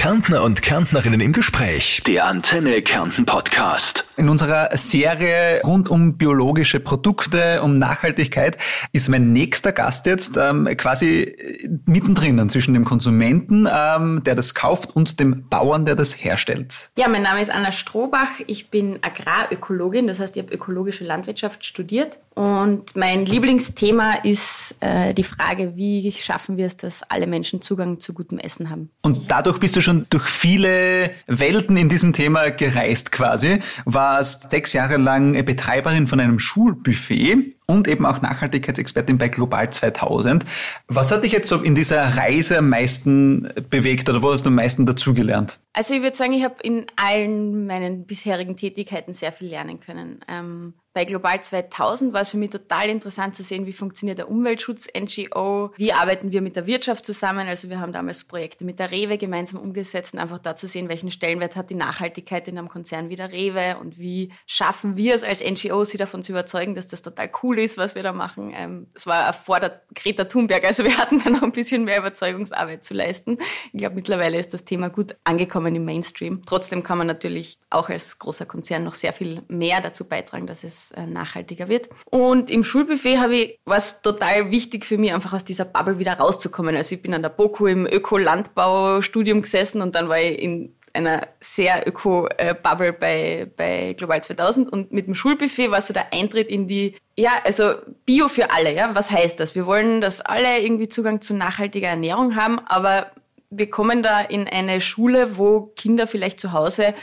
Kärntner und Kärntnerinnen im Gespräch. Der Antenne Kärnten Podcast. In unserer Serie rund um biologische Produkte, um Nachhaltigkeit, ist mein nächster Gast jetzt quasi mittendrin zwischen dem Konsumenten, der das kauft, und dem Bauern, der das herstellt. Ja, mein Name ist Anna Strohbach. Ich bin Agrarökologin, das heißt, ich habe ökologische Landwirtschaft studiert. Und mein Lieblingsthema ist die Frage, wie schaffen wir es, dass alle Menschen Zugang zu gutem Essen haben. Und dadurch bist du schon durch viele Welten in diesem Thema gereist quasi. Warst 6 Jahre lang Betreiberin von einem Schulbuffet und eben auch Nachhaltigkeitsexpertin bei Global 2000. Was hat dich jetzt so in dieser Reise am meisten bewegt oder wo hast du am meisten dazugelernt? Also ich würde sagen, ich habe in allen meinen bisherigen Tätigkeiten sehr viel lernen können. Bei Global 2000 war es für mich total interessant zu sehen, wie funktioniert der Umweltschutz-NGO, wie arbeiten wir mit der Wirtschaft zusammen. Also wir haben damals Projekte mit der Rewe gemeinsam umgesetzt und einfach da zu sehen, welchen Stellenwert hat die Nachhaltigkeit in einem Konzern wie der Rewe und wie schaffen wir es als NGO, sie davon zu überzeugen, dass das total cool ist, was wir da machen. Es war vor der Greta Thunberg, also wir hatten dann noch ein bisschen mehr Überzeugungsarbeit zu leisten. Ich glaube, mittlerweile ist das Thema gut angekommen im Mainstream. Trotzdem kann man natürlich auch als großer Konzern noch sehr viel mehr dazu beitragen, dass es nachhaltiger wird. Und im Schulbuffet war es total wichtig für mich, einfach aus dieser Bubble wieder rauszukommen. Also ich bin an der BOKU im Öko-Landbau-Studium gesessen und dann war ich in einer sehr Öko-Bubble bei Global 2000 und mit dem Schulbuffet war so der Eintritt in die, also Bio für alle, ja. Was heißt das? Wir wollen, dass alle irgendwie Zugang zu nachhaltiger Ernährung haben, aber wir kommen da in eine Schule, wo Kinder vielleicht zu Hause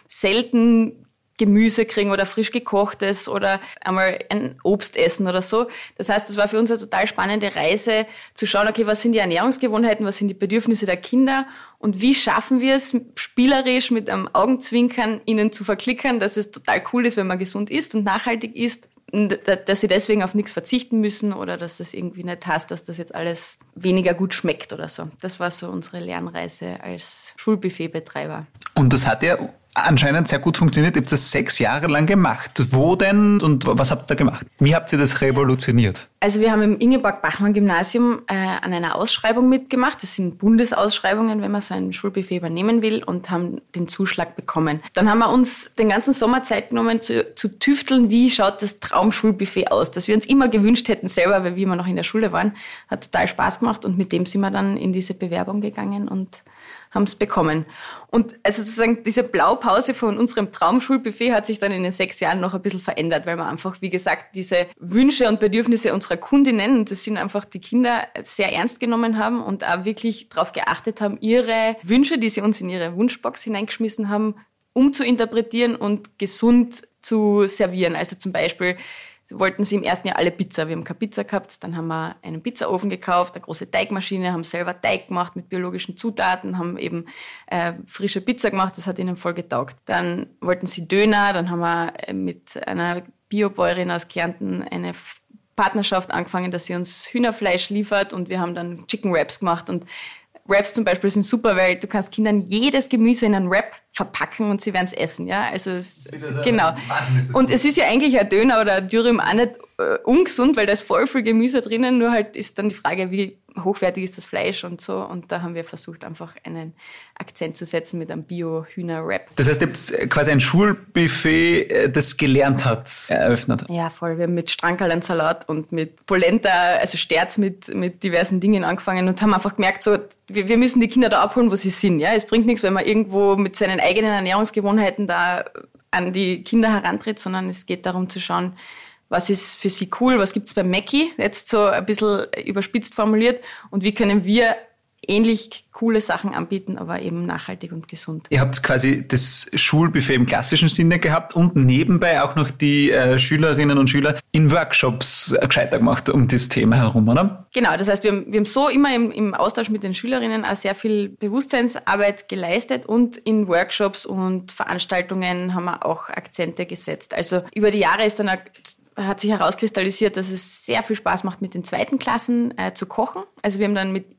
selten Gemüse kriegen oder frisch gekochtes oder einmal ein Obst essen oder so. Das heißt, das war für uns eine total spannende Reise, zu schauen, okay, was sind die Ernährungsgewohnheiten, was sind die Bedürfnisse der Kinder und wie schaffen wir es, spielerisch mit einem Augenzwinkern ihnen zu verklickern, dass es total cool ist, wenn man gesund isst und nachhaltig isst, dass sie deswegen auf nichts verzichten müssen oder dass das irgendwie nicht heißt, dass das jetzt alles weniger gut schmeckt oder so. Das war so unsere Lernreise als Schulbuffetbetreiber. Und das hat ja anscheinend sehr gut funktioniert. Ihr habt das 6 Jahre lang gemacht. Wo denn und was habt ihr da gemacht? Wie habt ihr das revolutioniert? Also wir haben im Ingeborg-Bachmann-Gymnasium an einer Ausschreibung mitgemacht. Das sind Bundesausschreibungen, wenn man so ein Schulbuffet übernehmen will, und haben den Zuschlag bekommen. Dann haben wir uns den ganzen Sommer Zeit genommen zu tüfteln, wie schaut das Traumschulbuffet aus, das wir uns immer gewünscht hätten selber, weil wir immer noch in der Schule waren. Hat total Spaß gemacht und mit dem sind wir dann in diese Bewerbung gegangen und haben es bekommen. Und also sozusagen diese Blaupause von unserem Traumschulbuffet hat sich dann in den 6 Jahren noch ein bisschen verändert, weil wir einfach, wie gesagt, diese Wünsche und Bedürfnisse unserer Kundinnen, und das sind einfach die Kinder, sehr ernst genommen haben und auch wirklich darauf geachtet haben, ihre Wünsche, die sie uns in ihre Wunschbox hineingeschmissen haben, umzuinterpretieren und gesund zu servieren. Also zum Beispiel wollten sie im ersten Jahr alle Pizza. Wir haben keine Pizza gehabt. Dann haben wir einen Pizzaofen gekauft, eine große Teigmaschine, haben selber Teig gemacht mit biologischen Zutaten, haben eben frische Pizza gemacht. Das hat ihnen voll getaugt. Dann wollten sie Döner. Dann haben wir mit einer Biobäuerin aus Kärnten eine Partnerschaft angefangen, dass sie uns Hühnerfleisch liefert. Und wir haben dann Chicken Wraps gemacht. Und Wraps zum Beispiel sind super, weil du kannst Kindern jedes Gemüse in einen Wrap verpacken und sie werden es essen, ja. Also genau. Und es ist ja eigentlich ein Döner oder ein Dürüm auch nicht ungesund, weil da ist voll viel Gemüse drinnen, nur halt ist dann die Frage, wie hochwertig ist das Fleisch und so. Und da haben wir versucht, einfach einen Akzent zu setzen mit einem Bio-Hühner-Wrap. Das heißt, ihr habt quasi ein Schulbuffet, das gelernt hat, eröffnet. Ja, voll. Wir haben mit Strankerln-Salat und mit Polenta, also Sterz mit diversen Dingen angefangen und haben einfach gemerkt, so, wir müssen die Kinder da abholen, wo sie sind. Ja, es bringt nichts, wenn man irgendwo mit seinen eigenen Ernährungsgewohnheiten da an die Kinder herantritt, sondern es geht darum zu schauen, was ist für sie cool, was gibt's beim Mackie, jetzt so ein bisschen überspitzt formuliert, und wie können wir ähnlich coole Sachen anbieten, aber eben nachhaltig und gesund. Ihr habt quasi das Schulbuffet im klassischen Sinne gehabt und nebenbei auch noch die Schülerinnen und Schüler in Workshops gescheiter gemacht um das Thema herum, oder? Genau, das heißt, wir haben so immer im Austausch mit den Schülerinnen auch sehr viel Bewusstseinsarbeit geleistet, und in Workshops und Veranstaltungen haben wir auch Akzente gesetzt. Also über die Jahre hat sich herauskristallisiert, dass es sehr viel Spaß macht, mit den 2. Klassen zu kochen. Also wir haben dann mit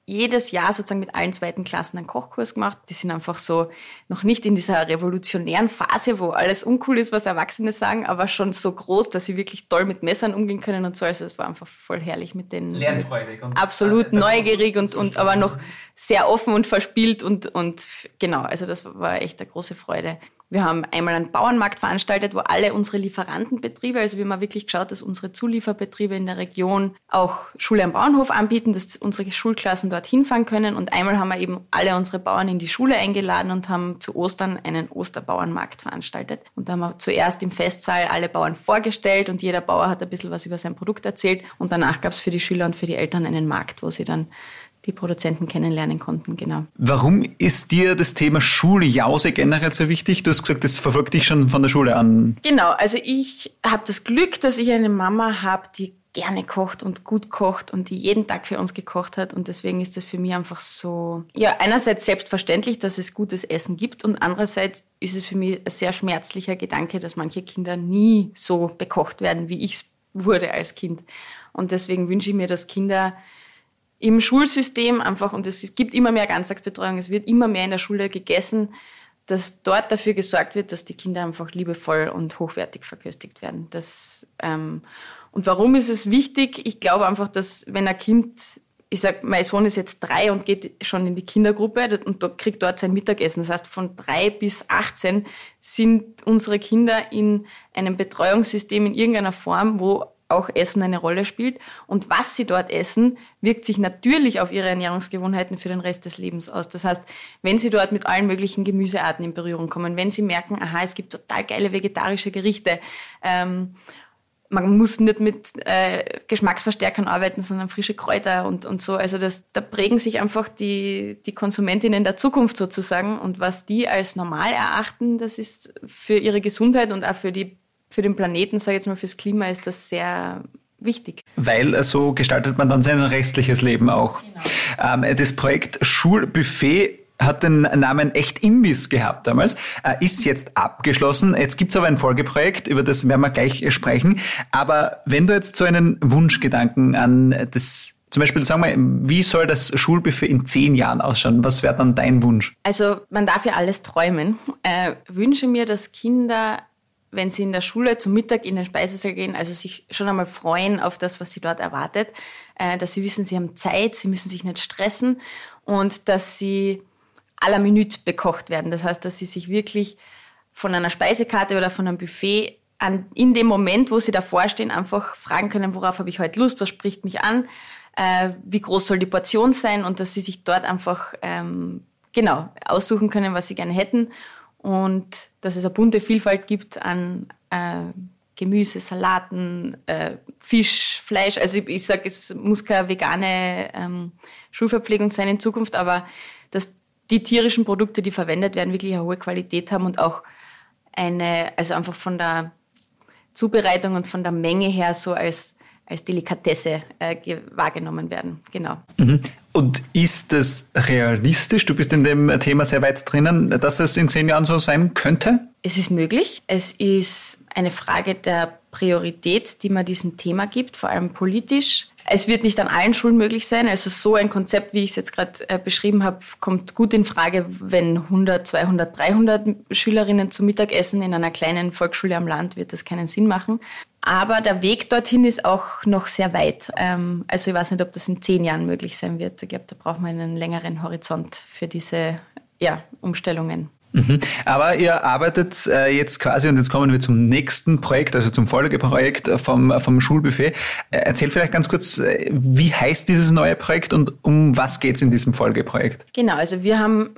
jedes Jahr sozusagen mit allen zweiten Klassen einen Kochkurs gemacht. Die sind einfach so noch nicht in dieser revolutionären Phase, wo alles uncool ist, was Erwachsene sagen, aber schon so groß, dass sie wirklich toll mit Messern umgehen können und so. Also es war einfach voll herrlich mit denen. Lernfreudig. Und absolut neugierig und aber noch sehr offen und verspielt und genau, also das war echt eine große Freude. Wir haben einmal einen Bauernmarkt veranstaltet, wo alle unsere Lieferantenbetriebe, also wir haben wirklich geschaut, dass unsere Zulieferbetriebe in der Region auch Schule am Bauernhof anbieten, dass unsere Schulklassen dorthin fahren können. Und einmal haben wir eben alle unsere Bauern in die Schule eingeladen und haben zu Ostern einen Osterbauernmarkt veranstaltet. Und da haben wir zuerst im Festsaal alle Bauern vorgestellt und jeder Bauer hat ein bisschen was über sein Produkt erzählt. Und danach gab es für die Schüler und für die Eltern einen Markt, wo sie dann die Produzenten kennenlernen konnten, genau. Warum ist dir das Thema Schuljause generell so wichtig? Du hast gesagt, das verfolgt dich schon von der Schule an. Genau, also ich habe das Glück, dass ich eine Mama habe, die gerne kocht und gut kocht und die jeden Tag für uns gekocht hat und deswegen ist das für mich einfach so, ja, einerseits selbstverständlich, dass es gutes Essen gibt und andererseits ist es für mich ein sehr schmerzlicher Gedanke, dass manche Kinder nie so bekocht werden, wie ich es wurde als Kind. Und deswegen wünsche ich mir, dass Kinder im Schulsystem einfach, und es gibt immer mehr Ganztagsbetreuung, es wird immer mehr in der Schule gegessen, dass dort dafür gesorgt wird, dass die Kinder einfach liebevoll und hochwertig verköstigt werden. Und warum ist es wichtig? Ich glaube einfach, dass wenn ein Kind, ich sage, mein Sohn ist jetzt 3 und geht schon in die Kindergruppe und kriegt dort sein Mittagessen. Das heißt, von 3 bis 18 sind unsere Kinder in einem Betreuungssystem in irgendeiner Form, wo auch Essen eine Rolle spielt. Und was sie dort essen, wirkt sich natürlich auf ihre Ernährungsgewohnheiten für den Rest des Lebens aus. Das heißt, wenn sie dort mit allen möglichen Gemüsearten in Berührung kommen, wenn sie merken, aha, es gibt total geile vegetarische Gerichte, man muss nicht mit Geschmacksverstärkern arbeiten, sondern frische Kräuter und so. Also da prägen sich einfach die Konsumentinnen der Zukunft sozusagen. Und was die als normal erachten, das ist für ihre Gesundheit und auch für den Planeten, sage ich jetzt mal, fürs Klima ist das sehr wichtig. Weil so gestaltet man dann sein restliches Leben auch. Genau. Das Projekt Schulbuffet hat den Namen Echt Imbiss gehabt damals, ist jetzt abgeschlossen. Jetzt gibt's aber ein Folgeprojekt, über das werden wir gleich sprechen. Aber wenn du jetzt so einen Wunschgedanken an das, zum Beispiel sagen wir, wie soll das Schulbuffet in 10 Jahren ausschauen? Was wäre dann dein Wunsch? Also man darf ja alles träumen. Wünsche mir, dass Kinder, wenn sie in der Schule zum Mittag in den Speisesaal gehen, also sich schon einmal freuen auf das, was sie dort erwartet, dass sie wissen, sie haben Zeit, sie müssen sich nicht stressen und dass sie à la Minute bekocht werden. Das heißt, dass sie sich wirklich von einer Speisekarte oder von einem Buffet in dem Moment, wo sie davor stehen, einfach fragen können, worauf habe ich heute Lust, was spricht mich an, wie groß soll die Portion sein und dass sie sich dort einfach aussuchen können, was sie gerne hätten. Und dass es eine bunte Vielfalt gibt an Gemüse, Salaten, Fisch, Fleisch. Also ich sage, es muss keine vegane Schulverpflegung sein in Zukunft, aber dass die tierischen Produkte, die verwendet werden, wirklich eine hohe Qualität haben und auch also einfach von der Zubereitung und von der Menge her so als Delikatesse wahrgenommen werden. Genau. Mhm. Und ist das realistisch? Du bist in dem Thema sehr weit drinnen, dass es in 10 Jahren so sein könnte? Es ist möglich. Es ist eine Frage der Priorität, die man diesem Thema gibt, vor allem politisch. Es wird nicht an allen Schulen möglich sein. Also so ein Konzept, wie ich es jetzt gerade beschrieben habe, kommt gut in Frage, wenn 100, 200, 300 Schülerinnen zu Mittag essen. In einer kleinen Volksschule am Land wird das keinen Sinn machen. Aber der Weg dorthin ist auch noch sehr weit. Also ich weiß nicht, ob das in 10 Jahren möglich sein wird. Ich glaube, da braucht man einen längeren Horizont für diese Umstellungen. Mhm. Aber ihr arbeitet jetzt quasi, und jetzt kommen wir zum nächsten Projekt, also zum Folgeprojekt vom Schulbuffet. Erzähl vielleicht ganz kurz, wie heißt dieses neue Projekt und um was geht es in diesem Folgeprojekt? Genau, also wir haben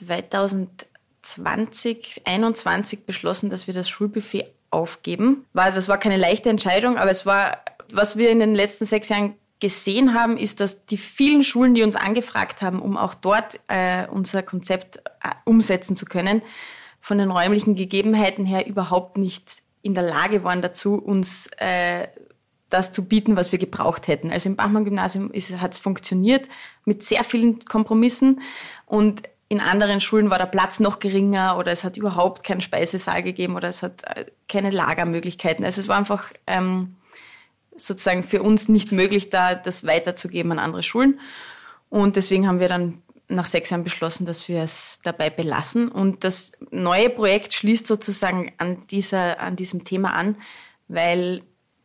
2021 beschlossen, dass wir das Schulbuffet aufgeben. Das war keine leichte Entscheidung, aber es war, was wir in den letzten 6 Jahren gesehen haben, ist, dass die vielen Schulen, die uns angefragt haben, um auch dort unser Konzept umsetzen zu können, von den räumlichen Gegebenheiten her überhaupt nicht in der Lage waren dazu, uns das zu bieten, was wir gebraucht hätten. Also im Bachmann-Gymnasium hat es funktioniert mit sehr vielen Kompromissen und in anderen Schulen war der Platz noch geringer oder es hat überhaupt keinen Speisesaal gegeben oder es hat keine Lagermöglichkeiten. Also es war einfach sozusagen für uns nicht möglich, da das weiterzugeben an andere Schulen. Und deswegen haben wir dann nach 6 Jahren beschlossen, dass wir es dabei belassen. Und das neue Projekt schließt sozusagen an diesem Thema an, weil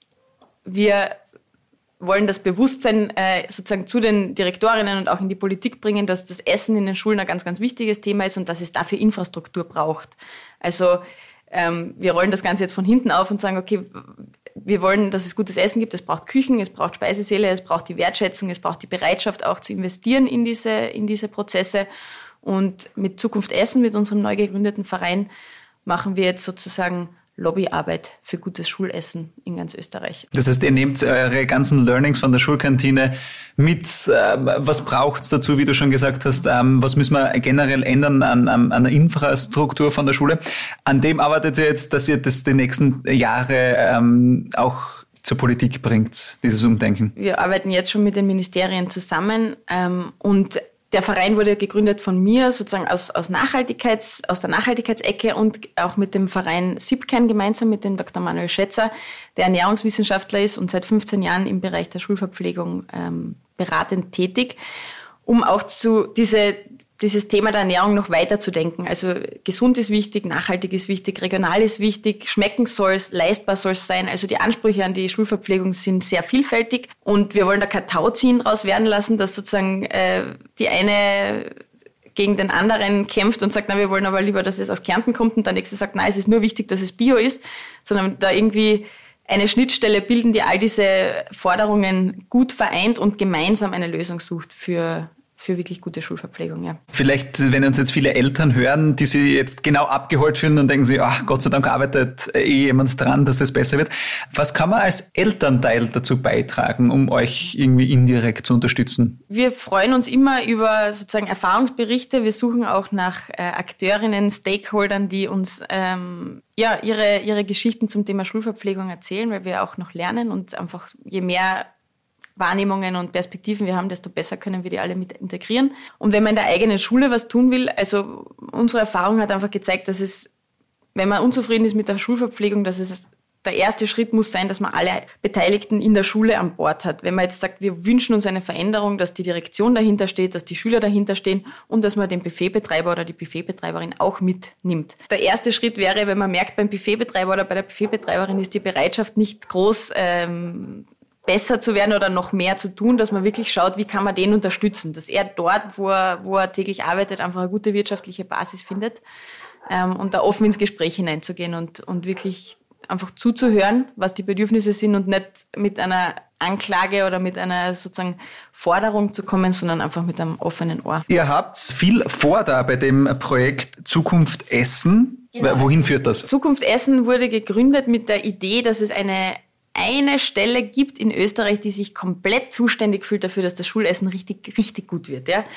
wir wollen das Bewusstsein sozusagen zu den Direktorinnen und auch in die Politik bringen, dass das Essen in den Schulen ein ganz, ganz wichtiges Thema ist und dass es dafür Infrastruktur braucht. Also wir rollen das Ganze jetzt von hinten auf und sagen, okay, wir wollen, dass es gutes Essen gibt. Es braucht Küchen, es braucht Speisesäle, es braucht die Wertschätzung, es braucht die Bereitschaft auch zu investieren in diese Prozesse. Und mit Zukunft Essen, mit unserem neu gegründeten Verein, machen wir jetzt sozusagen Lobbyarbeit für gutes Schulessen in ganz Österreich. Das heißt, ihr nehmt eure ganzen Learnings von der Schulkantine mit. Was braucht's dazu, wie du schon gesagt hast? Was müssen wir generell ändern an der Infrastruktur von der Schule? An dem arbeitet ihr jetzt, dass ihr das die nächsten Jahre auch zur Politik bringt, dieses Umdenken? Wir arbeiten jetzt schon mit den Ministerien zusammen und der Verein wurde gegründet von mir, sozusagen aus der Nachhaltigkeitsecke und auch mit dem Verein SIPKEN gemeinsam mit dem Dr. Manuel Schätzer, der Ernährungswissenschaftler ist und seit 15 Jahren im Bereich der Schulverpflegung beratend tätig, um auch dieses Thema der Ernährung noch weiter zu denken. Also gesund ist wichtig, nachhaltig ist wichtig, regional ist wichtig, schmecken soll's, leistbar soll's sein. Also die Ansprüche an die Schulverpflegung sind sehr vielfältig und wir wollen da kein Tauziehen draus werden lassen, dass sozusagen die eine gegen den anderen kämpft und sagt, na, wir wollen aber lieber, dass es aus Kärnten kommt und der nächste sagt, nein, es ist nur wichtig, dass es Bio ist, sondern da irgendwie eine Schnittstelle bilden, die all diese Forderungen gut vereint und gemeinsam eine Lösung sucht für wirklich gute Schulverpflegung, ja. Vielleicht, wenn uns jetzt viele Eltern hören, die sich jetzt genau abgeholt fühlen und denken sich, ach, Gott sei Dank arbeitet jemand dran, dass das besser wird. Was kann man als Elternteil dazu beitragen, um euch irgendwie indirekt zu unterstützen? Wir freuen uns immer über sozusagen Erfahrungsberichte. Wir suchen auch nach Akteurinnen, Stakeholdern, die uns ihre Geschichten zum Thema Schulverpflegung erzählen, weil wir auch noch lernen und einfach je mehr Wahrnehmungen und Perspektiven wir haben, desto besser können wir die alle mit integrieren. Und wenn man in der eigenen Schule was tun will, also unsere Erfahrung hat einfach gezeigt, dass es, wenn man unzufrieden ist mit der Schulverpflegung, dass es der erste Schritt muss sein, dass man alle Beteiligten in der Schule an Bord hat. Wenn man jetzt sagt, wir wünschen uns eine Veränderung, dass die Direktion dahinter steht, dass die Schüler dahinter stehen und dass man den Buffetbetreiber oder die Buffetbetreiberin auch mitnimmt. Der erste Schritt wäre, wenn man merkt, beim Buffetbetreiber oder bei der Buffetbetreiberin ist die Bereitschaft nicht groß, besser zu werden oder noch mehr zu tun, dass man wirklich schaut, wie kann man den unterstützen, dass er dort, wo er täglich arbeitet, einfach eine gute wirtschaftliche Basis findet und da offen ins Gespräch hineinzugehen und wirklich einfach zuzuhören, was die Bedürfnisse sind und nicht mit einer Anklage oder mit einer sozusagen Forderung zu kommen, sondern einfach mit einem offenen Ohr. Ihr habt viel vor da bei dem Projekt Zukunft Essen. Genau. Wohin führt das? Zukunft Essen wurde gegründet mit der Idee, dass es eine Stelle gibt in Österreich, die sich komplett zuständig fühlt dafür, dass das Schulessen richtig, richtig gut wird. Ja?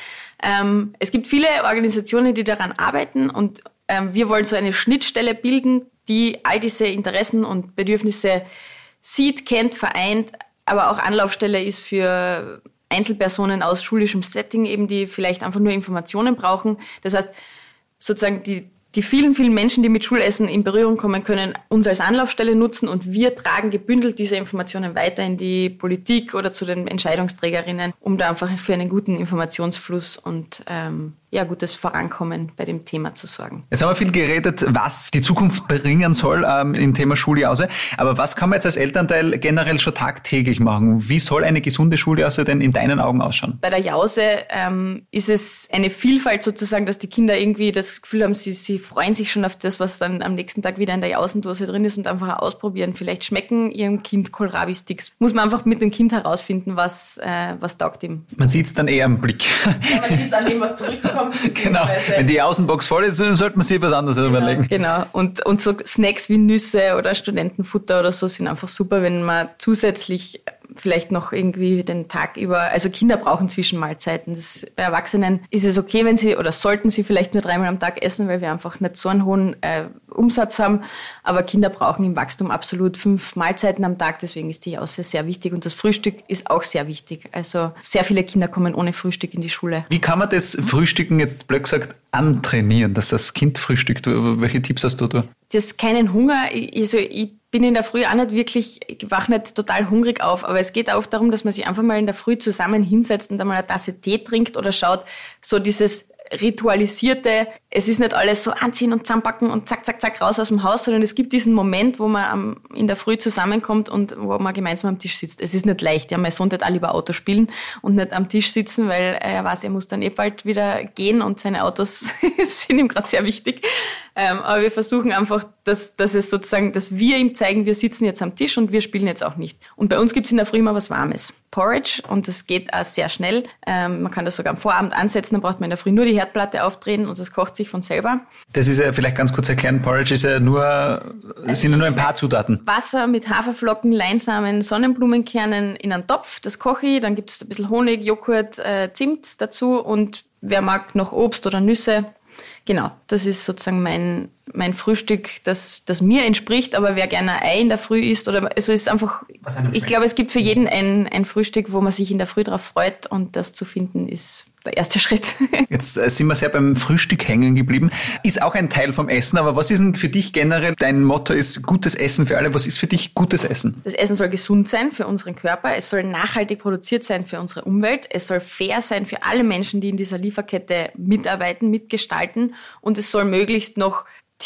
Es gibt viele Organisationen, die daran arbeiten und wir wollen so eine Schnittstelle bilden, die all diese Interessen und Bedürfnisse sieht, kennt, vereint, aber auch Anlaufstelle ist für Einzelpersonen aus schulischem Setting eben, die vielleicht einfach nur Informationen brauchen. Das heißt, sozusagen die vielen, vielen Menschen, die mit Schulessen in Berührung kommen können, uns als Anlaufstelle nutzen und wir tragen gebündelt diese Informationen weiter in die Politik oder zu den Entscheidungsträgerinnen, um da einfach für einen guten Informationsfluss und gutes Vorankommen bei dem Thema zu sorgen. Jetzt haben wir viel geredet, was die Zukunft bringen soll im Thema Schuljause. Aber was kann man jetzt als Elternteil generell schon tagtäglich machen? Wie soll eine gesunde Schuljause denn in deinen Augen ausschauen? Bei der Jause ist es eine Vielfalt sozusagen, dass die Kinder irgendwie das Gefühl haben, sie freuen sich schon auf das, was dann am nächsten Tag wieder in der Jausendose drin ist und einfach ausprobieren. Vielleicht schmecken ihrem Kind Kohlrabi-Sticks. Muss man einfach mit dem Kind herausfinden, was taugt ihm. Man sieht es dann eher am Blick. Ja, man sieht es an dem, was zurückkommt. Genau, wenn die Außenbox voll ist, sollte man sich was anderes überlegen. Genau, und so Snacks wie Nüsse oder Studentenfutter oder so sind einfach super, wenn man zusätzlich vielleicht noch irgendwie den Tag über, also Kinder brauchen Zwischenmahlzeiten. Bei Erwachsenen ist es okay, wenn sie, oder sollten sie vielleicht nur 3-mal am Tag essen, weil wir einfach nicht so einen hohen Umsatz haben. Aber Kinder brauchen im Wachstum absolut 5 Mahlzeiten am Tag, deswegen ist die Jause sehr wichtig und das Frühstück ist auch sehr wichtig. Also sehr viele Kinder kommen ohne Frühstück in die Schule. Wie kann man das Frühstücken jetzt blöd gesagt antrainieren, dass das Kind frühstückt? Welche Tipps hast du da? Das keinen Hunger, also ich bin in der Früh auch nicht wirklich, ich wache nicht total hungrig auf, aber es geht auch oft darum, dass man sich einfach mal in der Früh zusammen hinsetzt und einmal eine Tasse Tee trinkt oder schaut, so dieses ritualisierte, es ist nicht alles so anziehen und zusammenpacken und zack, zack, zack raus aus dem Haus, sondern es gibt diesen Moment, wo man in der Früh zusammenkommt und wo man gemeinsam am Tisch sitzt. Es ist nicht leicht. Ja, mein Sohn wird auch lieber Auto spielen und nicht am Tisch sitzen, weil er weiß, er muss dann bald wieder gehen und seine Autos sind ihm gerade sehr wichtig. Aber wir versuchen einfach, dass es sozusagen, dass wir ihm zeigen, wir sitzen jetzt am Tisch und wir spielen jetzt auch nicht. Und bei uns gibt's in der Früh immer was Warmes. Porridge, und das geht auch sehr schnell. Man kann das sogar am Vorabend ansetzen, dann braucht man in der Früh nur die Herdplatte aufdrehen und das kocht sich von selber. Das ist ja vielleicht ganz kurz erklären, Porridge ist ja sind ja nur ein paar Zutaten. Wasser mit Haferflocken, Leinsamen, Sonnenblumenkernen in einen Topf, das koche ich, dann gibt's ein bisschen Honig, Joghurt, Zimt dazu und wer mag noch Obst oder Nüsse. Genau, das ist sozusagen mein Frühstück, das mir entspricht, aber wer gerne ein Ei in der Früh isst oder also ist einfach, ich glaube, es gibt für jeden ein Frühstück, wo man sich in der Früh drauf freut und das zu finden ist der erste Schritt. Jetzt sind wir sehr beim Frühstück hängen geblieben. Ist auch ein Teil vom Essen, aber was ist denn für dich generell, dein Motto ist gutes Essen für alle, was ist für dich gutes Essen? Das Essen soll gesund sein für unseren Körper, es soll nachhaltig produziert sein für unsere Umwelt, es soll fair sein für alle Menschen, die in dieser Lieferkette mitarbeiten, mitgestalten und es soll möglichst noch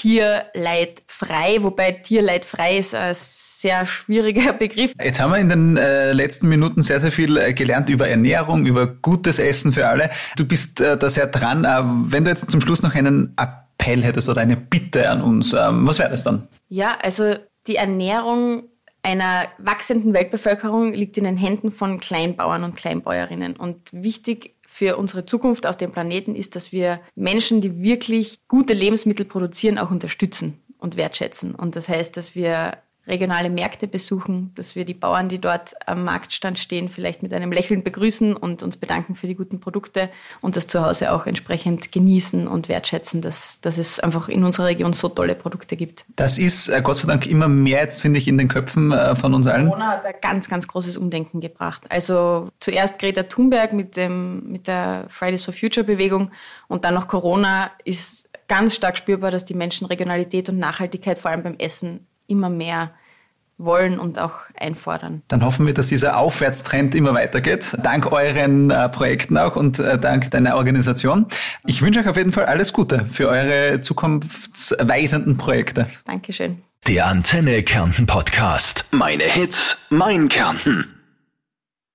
tierleidfrei, wobei tierleidfrei ist ein sehr schwieriger Begriff. Jetzt haben wir in den letzten Minuten sehr, sehr viel gelernt über Ernährung, über gutes Essen für alle. Du bist da sehr dran. Wenn du jetzt zum Schluss noch einen Appell hättest oder eine Bitte an uns, was wäre das dann? Ja, also die Ernährung einer wachsenden Weltbevölkerung liegt in den Händen von Kleinbauern und Kleinbäuerinnen. Und wichtig für unsere Zukunft auf dem Planeten ist, dass wir Menschen, die wirklich gute Lebensmittel produzieren, auch unterstützen und wertschätzen. Und das heißt, dass wir regionale Märkte besuchen, dass wir die Bauern, die dort am Marktstand stehen, vielleicht mit einem Lächeln begrüßen und uns bedanken für die guten Produkte und das zu Hause auch entsprechend genießen und wertschätzen, dass es einfach in unserer Region so tolle Produkte gibt. Das ist Gott sei Dank immer mehr jetzt, finde ich, in den Köpfen von uns allen. Corona hat ein ganz, ganz großes Umdenken gebracht. Also zuerst Greta Thunberg mit der Fridays for Future Bewegung und dann noch Corona ist ganz stark spürbar, dass die Menschen Regionalität und Nachhaltigkeit vor allem beim Essen immer mehr wollen und auch einfordern. Dann hoffen wir, dass dieser Aufwärtstrend immer weitergeht. Dank euren Projekten auch und dank deiner Organisation. Ich wünsche euch auf jeden Fall alles Gute für eure zukunftsweisenden Projekte. Dankeschön. Der Antenne Kärnten Podcast. Meine Hits, mein Kärnten.